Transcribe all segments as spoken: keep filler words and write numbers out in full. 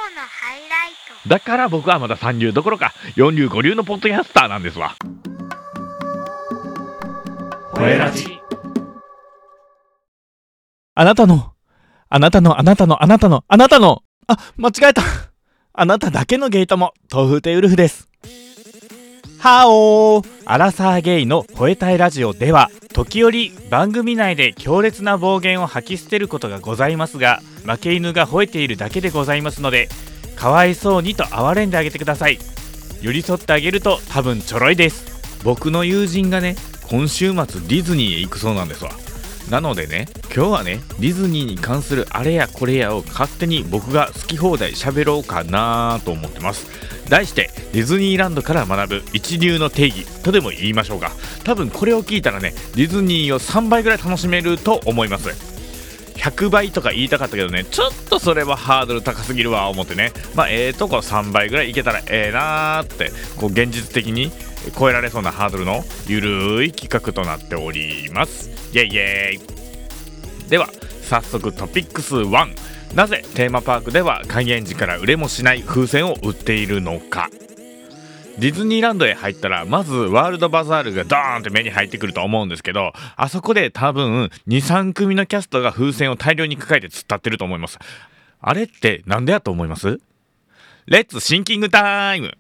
のハイライト。 だから僕はまだ三流どころか四流五流のポッドキャスターなんですわ。 声ラジ。 あなたのあなたのあなたのあなたのあなたのあ、間違えた。あなただけのゲイとも豆腐亭ウルフです。はおー、アラサーゲイの吠えたいラジオでは時折番組内で強烈な暴言を吐き捨てることがございますが、負け犬が吠えているだけでございますので、かわいそうにと哀れんであげてください。寄り添ってあげると多分ちょろいです。僕の友人がね、今週末ディズニーへ行くそうなんですわ。なのでね、今日はね、ディズニーに関するあれやこれやを勝手に僕が好き放題喋ろうかなと思ってます。題してディズニーランドから学ぶ一流の定義とでも言いましょうか。多分これを聞いたらね、ディズニーをさんばいぐらい楽しめると思います。ひゃくばいとか言いたかったけどね、ちょっとそれはハードル高すぎるわ思ってね、まあええとこさんばいぐらいいけたらええなーって、こう現実的に超えられそうなハードルのゆるい企画となっております。イエイイエイ。では早速トピックスいち、なぜテーマパークでは開園時から売れもしない風船を売っているのか。ディズニーランドへ入ったらまずワールドバザールがドーンって目に入ってくると思うんですけど、あそこで多分 にさんくみのキャストが風船を大量に抱えて突っ立ってると思います。あれってなんでやと思います？レッツシンキングタイム。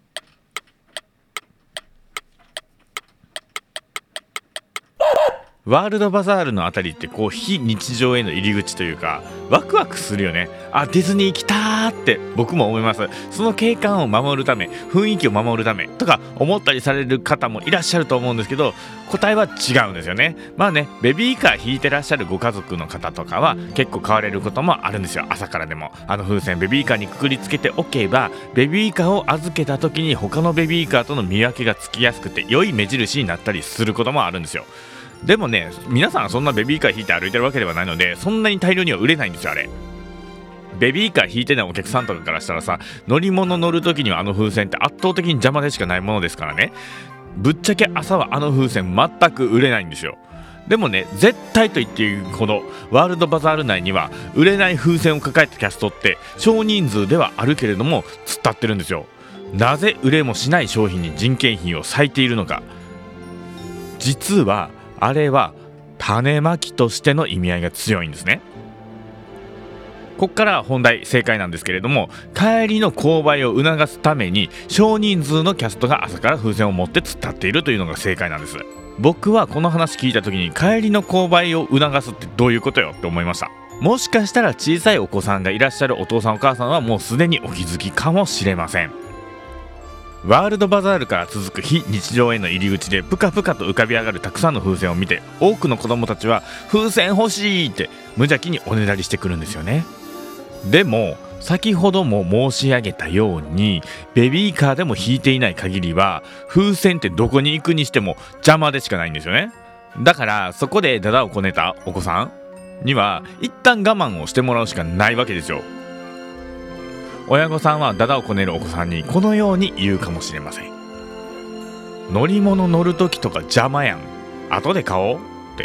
ワールドバザールのあたりってこう非日常への入り口というか、ワクワクするよね。あ、ディズニー来たーって僕も思います。その景観を守るため、雰囲気を守るためとか思ったりされる方もいらっしゃると思うんですけど、答えは違うんですよね。まあね、ベビーカー引いてらっしゃるご家族の方とかは結構買われることもあるんですよ。朝からでもあの風船ベビーカーにくくりつけておけば、ベビーカーを預けた時に他のベビーカーとの見分けがつきやすくて良い目印になったりすることもあるんですよ。でもね、皆さんそんなベビーカー引いて歩いてるわけではないので、そんなに大量には売れないんですよ。あれベビーカー引いてないお客さんとかからしたらさ、乗り物乗るときにはあの風船って圧倒的に邪魔でしかないものですからね。ぶっちゃけ朝はあの風船全く売れないんですよ。でもね、絶対と言っていいほどワールドバザール内には売れない風船を抱えたキャストって少人数ではあるけれども突っ立ってるんですよ。なぜ売れもしない商品に人件費を割いているのか。実はあれは種まきとしての意味合いが強いんですね。ここから本題正解なんですけれども、帰りの購買を促すために少人数のキャストが朝から風船を持って突っ立っているというのが正解なんです。僕はこの話聞いた時に、帰りの購買を促すってどういうことよって思いました。もしかしたら小さいお子さんがいらっしゃるお父さんお母さんはもうすでにお気づきかもしれません。ワールドバザールから続く非日常への入り口でプカプカと浮かび上がるたくさんの風船を見て、多くの子供たちは風船欲しいって無邪気におねだりしてくるんですよね。でも先ほども申し上げたように、ベビーカーでも引いていない限りは風船ってどこに行くにしても邪魔でしかないんですよね。だからそこでダダをこねたお子さんには一旦我慢をしてもらうしかないわけですよ。親御さんはダダをこねるお子さんにこのように言うかもしれません。乗り物乗るときとか邪魔やん、後で買おうって。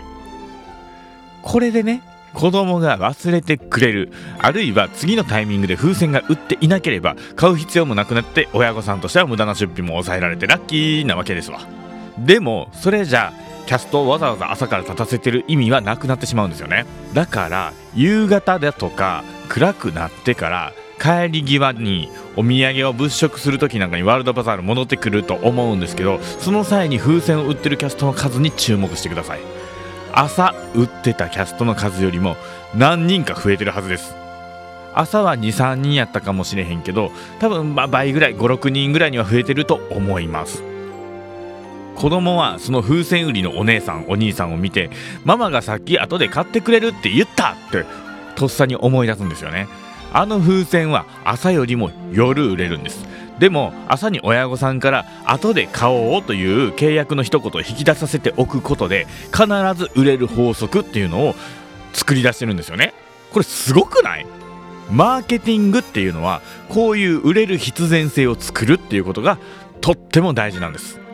これでね、子供が忘れてくれる、あるいは次のタイミングで風船が売っていなければ買う必要もなくなって、親御さんとしては無駄な出費も抑えられてラッキーなわけですわ。でもそれじゃキャストをわざわざ朝から立たせてる意味はなくなってしまうんですよね。だから夕方だとか暗くなってから帰り際にお土産を物色するときなんかにワールドバザール戻ってくると思うんですけど、その際に風船を売ってるキャストの数に注目してください。朝売ってたキャストの数よりも何人か増えてるはずです。朝は にさんにんやったかもしれへんけど、多分まあ倍ぐらい、ご、ろくにんぐらいには増えてると思います。子供はその風船売りのお姉さんお兄さんを見て、ママがさっき後で買ってくれるって言ったってとっさに思い出すんですよね。あの風船は朝よりも夜売れるんです。でも朝に親御さんから後で買おうという契約の一言を引き出させておくことで必ず売れる法則っていうのを作り出してるんですよね。これすごくない？マーケティングっていうのはこういう売れる必然性を作るっていうことがとっても大事なんです。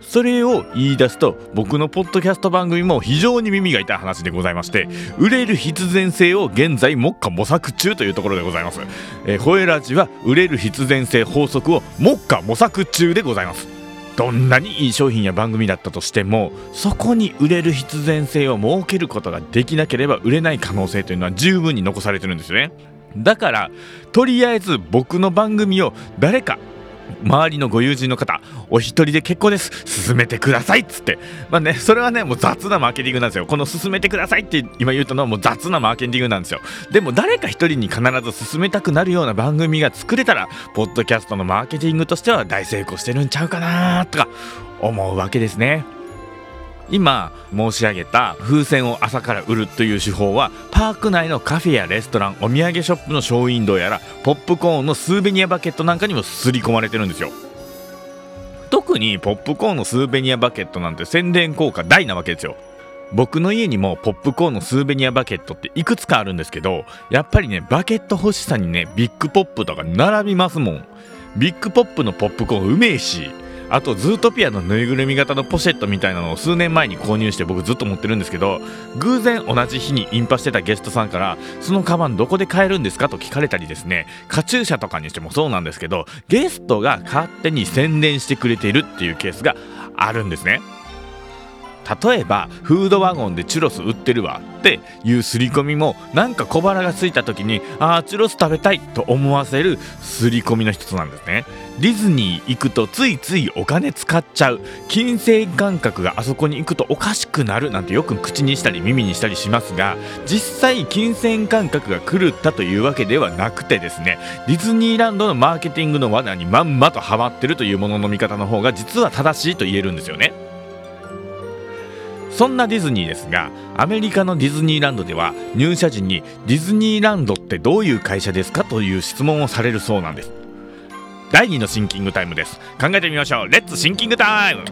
それを言い出すと僕のポッドキャスト番組も非常に耳が痛い話でございまして、売れる必然性を現在目下模索中というところでございます。えー、ホエラジは売れる必然性法則を目下模索中でございます。どんなにいい商品や番組だったとしても、そこに売れる必然性を設けることができなければ売れない可能性というのは十分に残されてるんですよね。だからとりあえず僕の番組を誰か周りのご友人の方お一人で結構です進めてくださいっつって、まあね、それはねもう雑なマーケティングなんですよ。この進めてくださいって今言ったのはもう雑なマーケティングなんですよ。でも誰か一人に必ず進めたくなるような番組が作れたらポッドキャストのマーケティングとしては大成功してるんちゃうかなとか思うわけですね。今申し上げた風船を朝から売るという手法はパーク内のカフェやレストラン、お土産ショップのショーウィンドウやらポップコーンのスーベニアバケットなんかにも刷り込まれてるんですよ。特にポップコーンのスーベニアバケットなんて宣伝効果大なわけですよ。僕の家にもポップコーンのスーベニアバケットっていくつかあるんですけど、やっぱりねバケット欲しさにねビッグポップとか並びますもん。ビッグポップのポップコーンうめえし、あとズートピアのぬいぐるみ型のポシェットみたいなのを数年前に購入して僕ずっと持ってるんですけど、偶然同じ日にインパしてたゲストさんからそのカバンどこで買えるんですかと聞かれたりですね、カチューシャとかにしてもそうなんですけどゲストが勝手に宣伝してくれているっていうケースがあるんですね。例えばフードワゴンでチュロス売ってるわっていう刷り込みもなんか小腹が空いた時にあーチュロス食べたいと思わせる刷り込みの一つなんですね。ディズニー行くとついついお金使っちゃう、金銭感覚があそこに行くとおかしくなるなんてよく口にしたり耳にしたりしますが、実際金銭感覚が狂ったというわけではなくてですね、ディズニーランドのマーケティングの罠にまんまとハマってるというものの見方の方が実は正しいと言えるんですよね。そんなディズニーですが、アメリカのディズニーランドでは入社時にディズニーランドってどういう会社ですかという質問をされるそうなんです。だいにのシンキングタイムです。考えてみましょう。レッツシンキングタイム。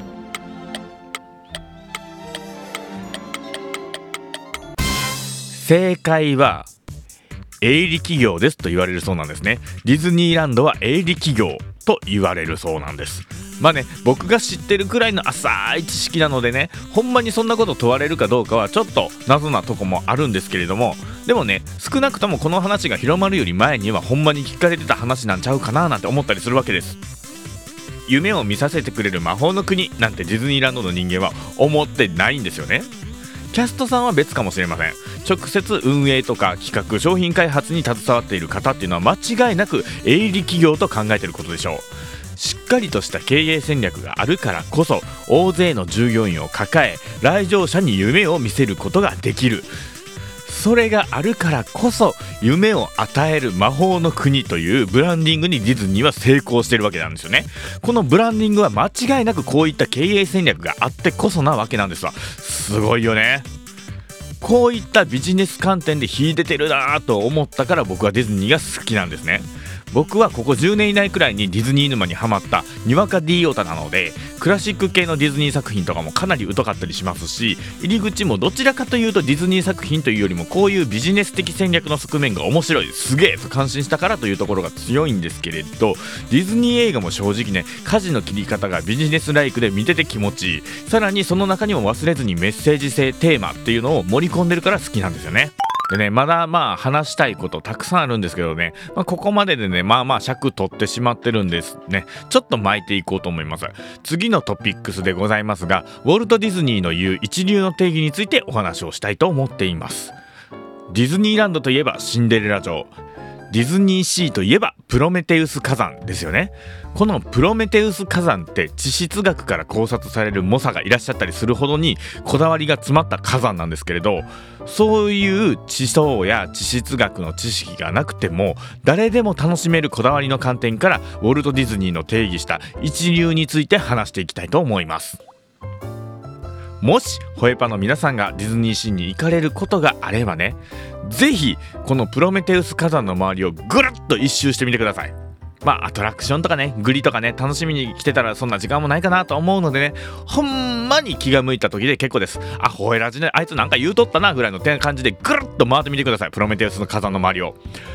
正解は営利企業ですと言われるそうなんですね。ディズニーランドは営利企業と言われるそうなんです。まあね、僕が知ってるくらいの浅い知識なのでね、ほんまにそんなこと問われるかどうかはちょっと謎なとこもあるんですけれども、でもね少なくともこの話が広まるより前にはほんまに聞かれてた話なんちゃうかななんて思ったりするわけです。夢を見させてくれる魔法の国なんてディズニーランドの人間は思ってないんですよね。キャストさんは別かもしれません。直接運営とか企画商品開発に携わっている方っていうのは間違いなく営利企業と考えていることでしょう。しっかりとした経営戦略があるからこそ大勢の従業員を抱え来場者に夢を見せることができる。それがあるからこそ夢を与える魔法の国というブランディングにディズニーは成功してるわけなんですよね。このブランディングは間違いなくこういった経営戦略があってこそなわけなんですわ。すごいよね。こういったビジネス観点で秀でてるなと思ったから僕はディズニーが好きなんですね。僕はここじゅうねん以内くらいにディズニー沼にハマったにわか D オタなので、クラシック系のディズニー作品とかもかなり疎かったりしますし、入り口もどちらかというとディズニー作品というよりもこういうビジネス的戦略の側面が面白い、すげえと感心したからというところが強いんですけれど、ディズニー映画も正直ね舵の切り方がビジネスライクで見てて気持ちいい。さらにその中にも忘れずにメッセージ性テーマっていうのを盛り込んでるから好きなんですよね。でね、まだまあ話したいことたくさんあるんですけどね、まあ、ここまででねまあまあ尺取ってしまってるんですね。ちょっと巻いていこうと思います。次のトピックスでございますが、ウォルト・ディズニーの言う一流の定義についてお話をしたいと思っています。ディズニーランドといえばシンデレラ城、ディズニーシーといえばプロメテウス火山ですよね。このプロメテウス火山って地質学から考察される猛者がいらっしゃったりするほどにこだわりが詰まった火山なんですけれど、そういう地層や地質学の知識がなくても誰でも楽しめるこだわりの観点からウォルト・ディズニーの定義した一流について話していきたいと思います。もしホエパの皆さんがディズニーシーに行かれることがあればね、ぜひこのプロメテウス火山の周りをぐるっと一周してみてください。まあアトラクションとかねグリとかね楽しみに来てたらそんな時間もないかなと思うのでね、ほんまに気が向いた時で結構です。あ、ホエラジねあいつなんか言うとったなぐらいの感じでぐるっと回ってみてください。プロメテウスの火山の周りを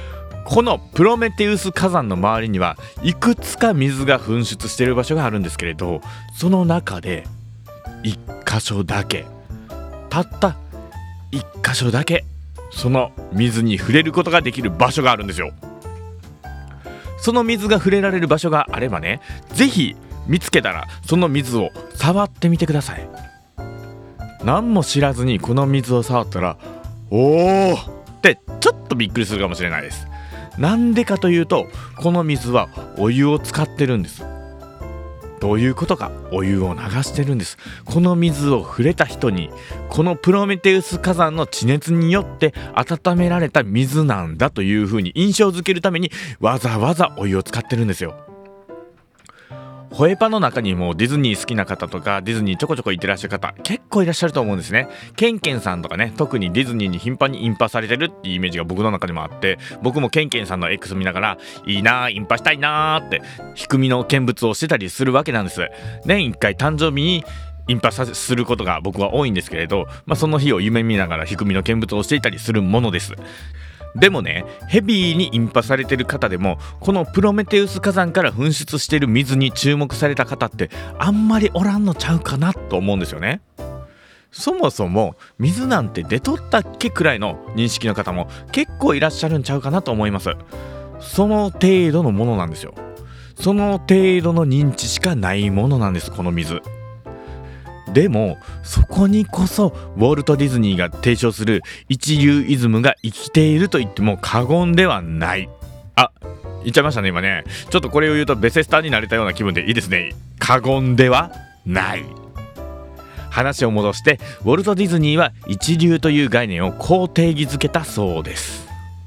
このプロメテウス火山の周りにはいくつか水が噴出している場所があるんですけれど、その中で一箇所だけ、たった一箇所だけその水に触れることができる場所があるんですよ。その水が触れられる場所があればね、ぜひ見つけたらその水を触ってみてください。何も知らずにこの水を触ったら、おーってちょっとびっくりするかもしれないです。なんでかというと、この水はお湯を使ってるんです。どういうことか、お湯を流してるんです。この水を触れた人に、このプロメテウス火山の地熱によって温められた水なんだというふうに印象づけるために、わざわざお湯を使ってるんですよ。ホエパの中にもディズニー好きな方とか、ディズニーちょこちょこ行ってらっしゃる方結構いらっしゃると思うんですね。ケンケンさんとかね、特にディズニーに頻繁にインパされてるっていうイメージが僕の中にもあって、僕もケンケンさんの X 見ながら、いいなーインパしたいなーって低みの見物をしてたりするわけなんです。年いっかい誕生日にインパすることが僕は多いんですけれど、まあ、その日を夢見ながら低みの見物をしていたりするものです。でもね、ヘビーにインパされてる方でも、このプロメテウス火山から噴出してる水に注目された方ってあんまりおらんのちゃうかなと思うんですよね。そもそも水なんて出とったっけくらいの認識の方も結構いらっしゃるんちゃうかなと思います。その程度のものなんですよ。その程度の認知しかないものなんです、この水。でもそこにこそウォルト・ディズニーが提唱する一流イズムが生きていると言っても過言ではない。あ、言っちゃいましたね今ね。ちょっとこれを言うとベセスターになれたような気分でいいですね。過言ではない。話を戻して、ウォルト・ディズニーは一流という概念をこう定義づけたそうです。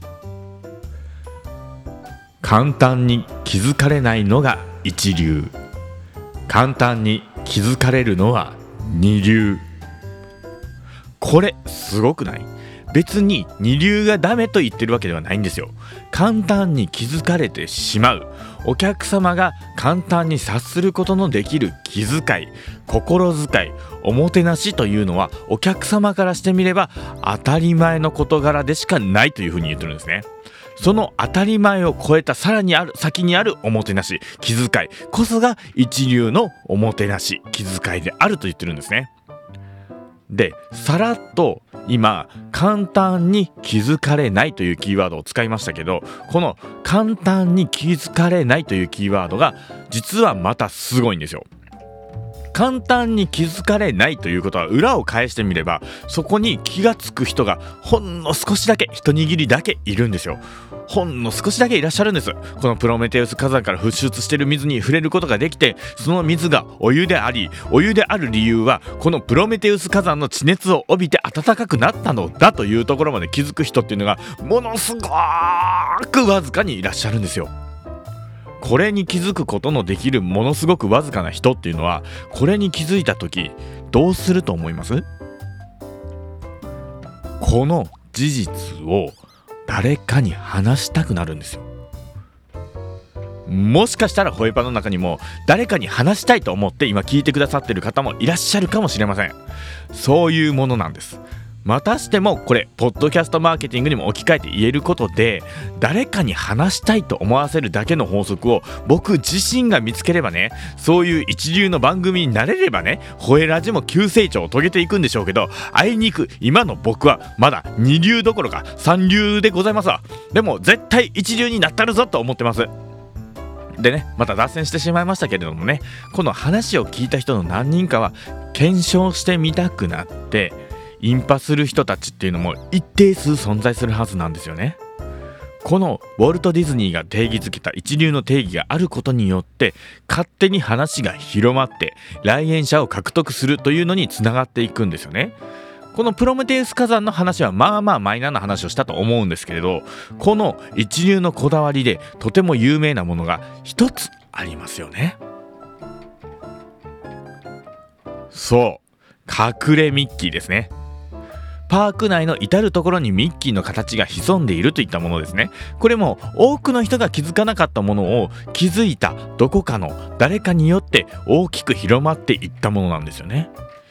簡単に気づかれないのが一流、簡単に気づかれるのは二流。これすごくない？別に二流がダメと言ってるわけではないんですよ。簡単に気づかれてしまう、お客様が簡単に察することのできる気遣い、心遣い、おもてなしというのはお客様からしてみれば当たり前の事柄でしかないというふうに言ってるんですね。その当たり前を超えたさらにある先にあるおもてなし、気遣いこそが一流のおもてなし、気遣いであると言ってるんですね。で、さらっと今簡単に気づかれないというキーワードを使いましたけど、この簡単に気づかれないというキーワードが実はまたすごいんですよ。簡単に気づかれないということは、裏を返してみればそこに気がつく人がほんの少しだけ、一握りだけいるんですよ。ほんの少しだけいらっしゃるんです。このプロメテウス火山から噴出している水に触れることができて、その水がお湯であり、お湯である理由はこのプロメテウス火山の地熱を帯びて暖かくなったのだというところまで気づく人っていうのがものすごくわずかにいらっしゃるんですよ。これに気づくことのできるものすごくわずかな人っていうのは、これに気づいた時どうすると思います？この事実を誰かに話したくなるんですよ。もしかしたらホエパの中にも誰かに話したいと思って今聞いてくださってる方もいらっしゃるかもしれません。そういうものなんです。またしてもこれポッドキャストマーケティングにも置き換えて言えることで、誰かに話したいと思わせるだけの法則を僕自身が見つければね、そういう一流の番組になれればね、ホエラジも急成長を遂げていくんでしょうけど、あいにく今の僕はまだ二流どころか三流でございますわ。でも絶対一流になったるぞと思ってます。でね、また脱線してしまいましたけれどもね、この話を聞いた人の何人かは検証してみたくなってインパする人たちっていうのも一定数存在するはずなんですよね。このウォルト・ディズニーが定義づけた一流の定義があることによって、勝手に話が広まって来園者を獲得するというのにつながっていくんですよね。このプロメテウス火山の話はまあまあマイナーな話をしたと思うんですけれど、この一流のこだわりでとても有名なものが一つありますよね。そう、隠れミッキーですね。パーク内の至るところにミッキーの形が潜んでいるといったものですね。これも多くの人が気づかなかったものを気づいたどこかの誰かによって大きく広まっていったものなんですよね。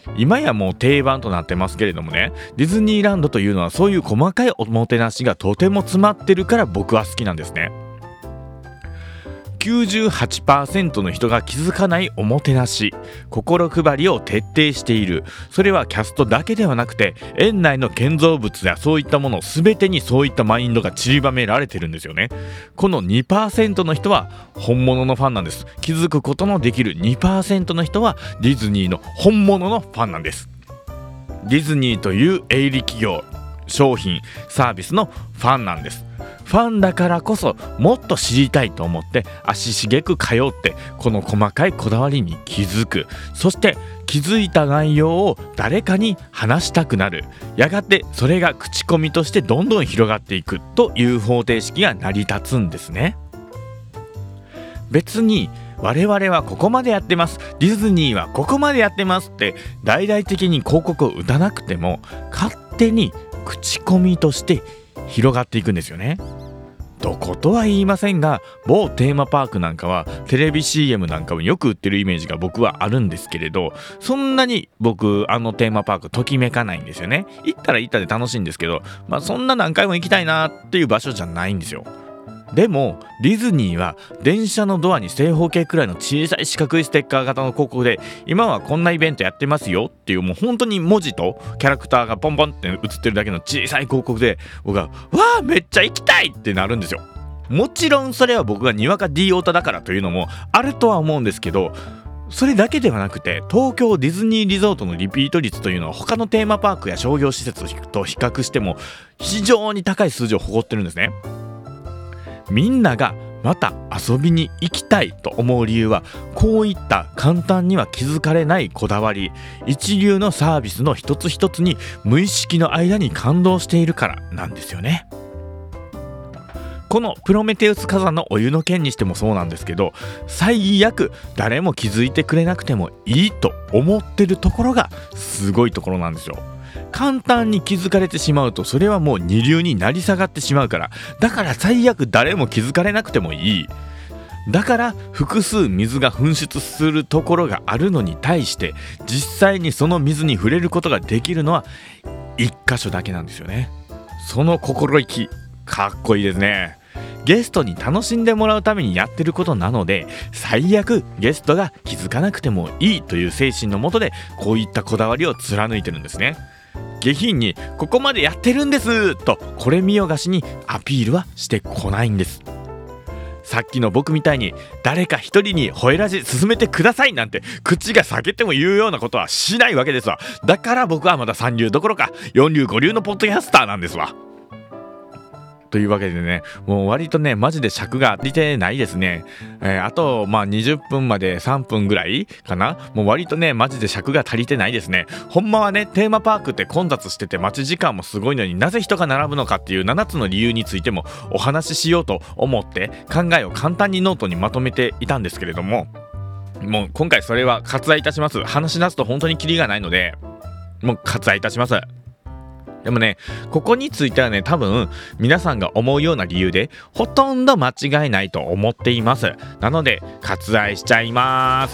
今やもう定番となってますけれどもね、ディズニーランドというのはそういう細かいおもてなしがとても詰まってるから僕は好きなんですね。きゅうじゅうはちパーセントの人が気づかないおもてなし、心配りを徹底している。それはキャストだけではなくて、園内の建造物やそういったもの全てにそういったマインドが散りばめられてるんですよね。この にパーセント の人は本物のファンなんです。気づくことのできる にパーセント の人はディズニーの本物のファンなんです。ディズニーという営利企業、商品、サービスのファンなんです。ファンだからこそもっと知りたいと思って足しげく通って、この細かいこだわりに気づく。そして気づいた内容を誰かに話したくなる。やがてそれが口コミとしてどんどん広がっていくという方程式が成り立つんですね。別に我々はここまでやってます、ディズニーはここまでやってますって大々的に広告を打たなくても、勝手に口コミとして広がっていくんですよね。どことは言いませんが、某テーマパークなんかはテレビ シーエム なんかもよく売ってるイメージが僕はあるんですけれど、そんなに僕あのテーマパークときめかないんですよね。行ったら行ったで楽しいんですけど、まあそんな何回も行きたいなっていう場所じゃないんですよ。でもディズニーは電車のドアに正方形くらいの小さい四角いステッカー型の広告で、今はこんなイベントやってますよっていう、もう本当に文字とキャラクターがポンポンって映ってるだけの小さい広告で、僕がわあめっちゃ行きたいってなるんですよ。もちろんそれは僕がにわか D オタだからというのもあるとは思うんですけど、それだけではなくて、東京ディズニーリゾートのリピート率というのは他のテーマパークや商業施設と比較しても非常に高い数字を誇ってるんですね。みんながまた遊びに行きたいと思う理由は、こういった簡単には気づかれないこだわり、一流のサービスの一つ一つに無意識の間に感動しているからなんですよね。このプロメテウス火山のお湯の件にしてもそうなんですけど、最悪誰も気づいてくれなくてもいいと思ってるところがすごいところなんですよ。簡単に気づかれてしまうと、それはもう二流になり下がってしまうから、だから最悪誰も気づかれなくてもいい。だから複数水が噴出するところがあるのに対して、実際にその水に触れることができるのは一箇所だけなんですよね。その心意気かっこいいですね。ゲストに楽しんでもらうためにやってることなので、最悪ゲストが気づかなくてもいいという精神のもとで、こういったこだわりを貫いてるんですね。下品にここまでやってるんですとこれ見よがしにアピールはしてこないんです。さっきの僕みたいに誰か一人にホエラジ進めてくださいなんて口が裂けても言うようなことはしないわけですわ。だから僕はまだ三流どころか四流五流のポッドキャスターなんですわ。というわけでね、もう割とねマジで尺が足りてないですね。えー、あとまあにじゅっぷんまでさんぷんぐらいかな。もう割とねマジで尺が足りてないですね。ほんまはねテーマパークって混雑してて待ち時間もすごいのに、なぜ人が並ぶのかっていうななつの理由についてもお話ししようと思って考えを簡単にノートにまとめていたんですけれども、もう今回それは割愛いたします。話し出すと本当にキリがないのでもう割愛いたします。でもね、ここについてはね、多分皆さんが思うような理由でほとんど間違いないと思っています。なので割愛しちゃいます。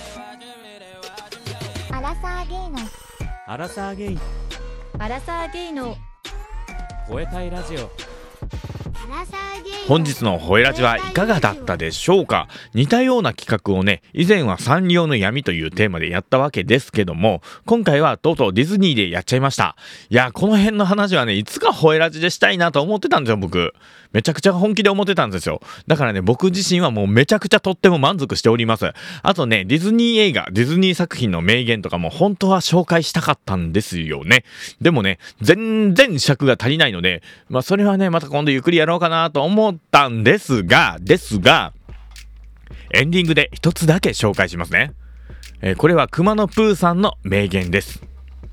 アラサーゲイのアラサーゲイアラサーゲイの吠えたいラジオ。 アラサーゲイの本日の吠えラジはいかがだったでしょうか。似たような企画をね、以前はサンリオの闇というテーマでやったわけですけども、今回はとうとうディズニーでやっちゃいました。いや、この辺の話はね、いつか吠えラジでしたいなと思ってたんですよ。僕めちゃくちゃ本気で思ってたんですよ。だからね、僕自身はもうめちゃくちゃとっても満足しております。あとね、ディズニー映画、ディズニー作品の名言とかも本当は紹介したかったんですよね。でもね、全然尺が足りないので、まあそれはね、また今度ゆっくりやろうかなと思ったんですが、ですが、エンディングで一つだけ紹介しますね。えー、これはくまのプーさんの名言です。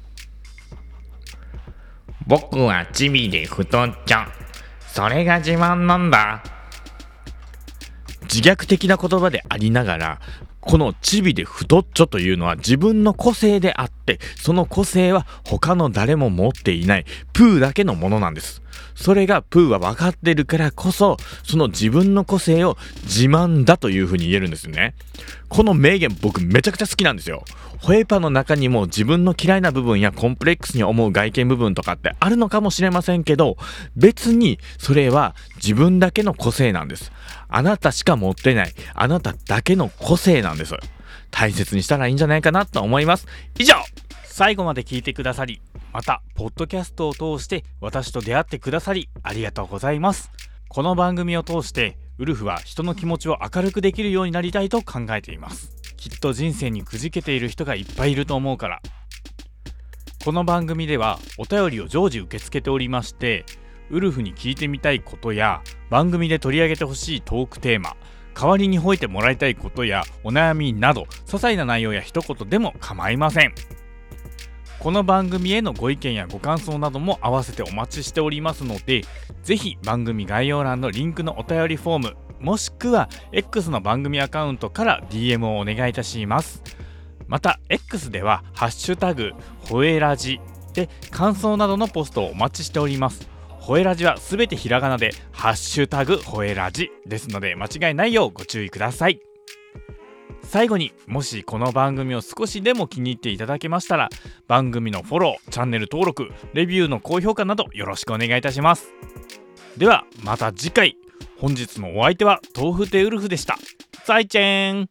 僕はチビで太っちゃう。それが自慢なんだ。自虐的な言葉でありながら、このチビで太っちょというのは自分の個性であって、その個性は他の誰も持っていないプーだけのものなんです。 それがプーは分かってるからこそ、その自分の個性を自慢だというふうに言えるんですよね。この名言僕めちゃくちゃ好きなんですよ。ホエパの中にも自分の嫌いな部分やコンプレックスに思う外見部分とかってあるのかもしれませんけど、別にそれは自分だけの個性なんです。あなたしか持ってない、あなただけの個性なんです。大切にしたらいいんじゃないかなと思います。以上。 最後まで聞いてくださり、またポッドキャストを通して私と出会ってくださりありがとうございます。この番組を通してウルフは人の気持ちを明るくできるようになりたいと考えています。きっと人生にくじけている人がいっぱいいると思うから。この番組ではお便りを常時受け付けておりまして、ウルフに聞いてみたいことや番組で取り上げてほしいトークテーマ、代わりに吠えてもらいたいことやお悩みなど、些細な内容や一言でも構いません。この番組へのご意見やご感想なども合わせてお待ちしておりますので、ぜひ番組概要欄のリンクのお便りフォーム、もしくは X の番組アカウントから ディーエム をお願いいたします。また X ではハッシュタグホエラジで感想などのポストをお待ちしております。ホエラジはすべてひらがなでハッシュタグホエラジですので、間違いないようご注意ください。最後に、もしこの番組を少しでも気に入っていただけましたら、番組のフォロー、チャンネル登録、レビューの高評価などよろしくお願いいたします。ではまた次回。本日のお相手は豆腐テウルフでした。再见。